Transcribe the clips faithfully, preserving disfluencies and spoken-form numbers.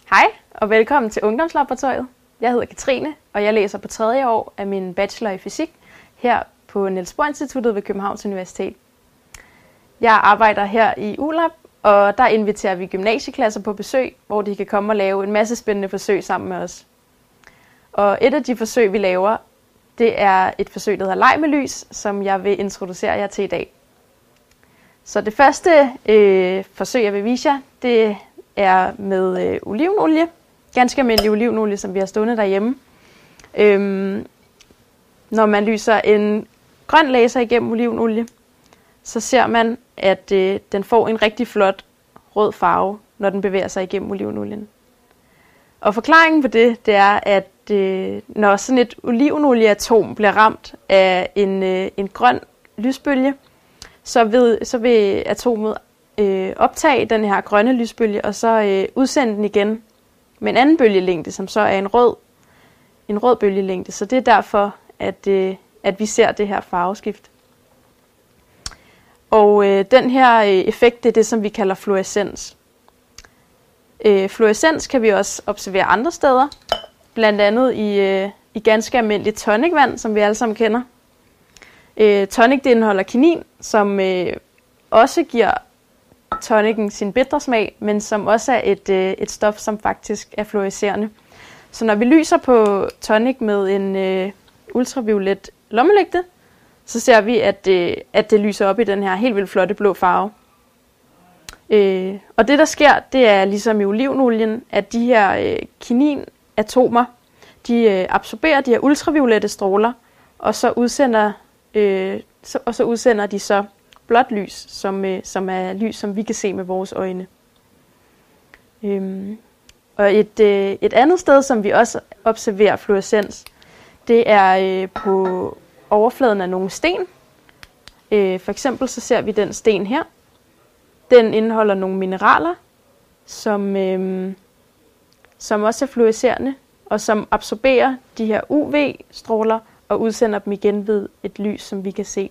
Hej og velkommen til Ungdomslaboratoriet. Jeg hedder Katrine, og jeg læser på tredje år af min bachelor i fysik her på Niels Bohr Instituttet ved Københavns Universitet. Jeg arbejder her i U Lab, og der inviterer vi gymnasieklasser på besøg, hvor de kan komme og lave en masse spændende forsøg sammen med os. Og et af de forsøg, vi laver, det er et forsøg, der hedder Leg med lys, som jeg vil introducere jer til i dag. Så det første øh, forsøg, jeg vil vise jer, det er med øh, olivenolie. Ganske almindelig olivenolie, som vi har stående derhjemme. Øhm, når man lyser en grøn laser igennem olivenolie, så ser man, at øh, den får en rigtig flot rød farve, når den bevæger sig igennem olivenolien. Og forklaringen på det, det er, at øh, når sådan et olivenolieatom bliver ramt af en, øh, en grøn lysbølge, så vil, så vil atomet øh, optage den her grønne lysbølge, og så øh, udsende den igen med en anden bølgelængde, som så er en rød, en rød bølgelængde. Så det er derfor, at, øh, at vi ser det her farveskift. Og øh, den her øh, effekt, det er det, som vi kalder fluorescens. Øh, fluorescens kan vi også observere andre steder, blandt andet i, øh, i ganske almindeligt tonicvand, som vi alle sammen kender. Øh, tonic det indeholder kinin, som øh, også giver tonicen sin bitre smag, men som også er et, øh, et stof, som faktisk er fluorescerende. Så når vi lyser på tonic med en øh, ultraviolet lommelygte, så ser vi, at, øh, at det lyser op i den her helt vildt flotte blå farve. Øh, og det, der sker, det er ligesom i olivenolien, at de her øh, kininatomer, de øh, absorberer de her ultraviolette stråler, og så udsender, øh, så, og så udsender de så blåt lys, som, øh, som er lys, som vi kan se med vores øjne. Øhm, og et, øh, et andet sted, som vi også observerer fluorescens, det er øh, på overfladen af nogle sten. Øh, for eksempel så ser vi den sten her. Den indeholder nogle mineraler, som, øh, som også er fluorescerende, og som absorberer de her U V-stråler og udsender dem igen ved et lys, som vi kan se.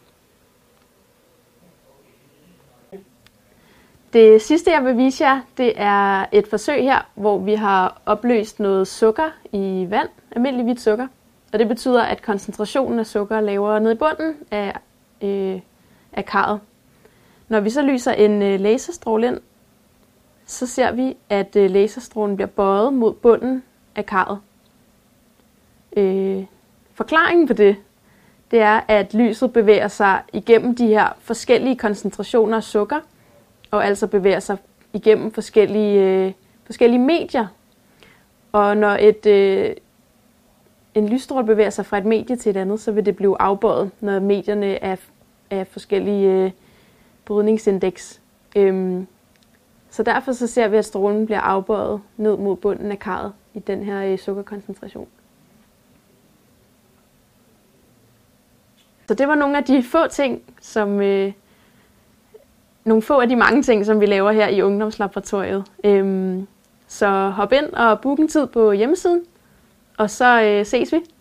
Det sidste, jeg vil vise jer, det er et forsøg her, hvor vi har opløst noget sukker i vand, almindelig hvidt sukker. Og det betyder, at koncentrationen af sukker er lavere nede i bunden af, øh, af karret. Når vi så lyser en øh, laserstråle ind, så ser vi, at øh, laserstrålen bliver bøjet mod bunden af karret. Øh, forklaringen på det, det er, at lyset bevæger sig igennem de her forskellige koncentrationer af sukker, og altså bevæger sig igennem forskellige, øh, forskellige medier. Og når et, øh, en lysstråle bevæger sig fra et medie til et andet, så vil det blive afbøjet, når medierne er af forskellige øh, brydningsindeks. Øhm, så derfor så ser vi, at strålen bliver afbøjet ned mod bunden af karret i den her øh, sukkerkoncentration. Så det var nogle af de få ting, som øh, nogle få af de mange ting, som vi laver her i Ungdomslaboratoriet. Øhm, så hop ind og book en tid på hjemmesiden, og så øh, ses vi.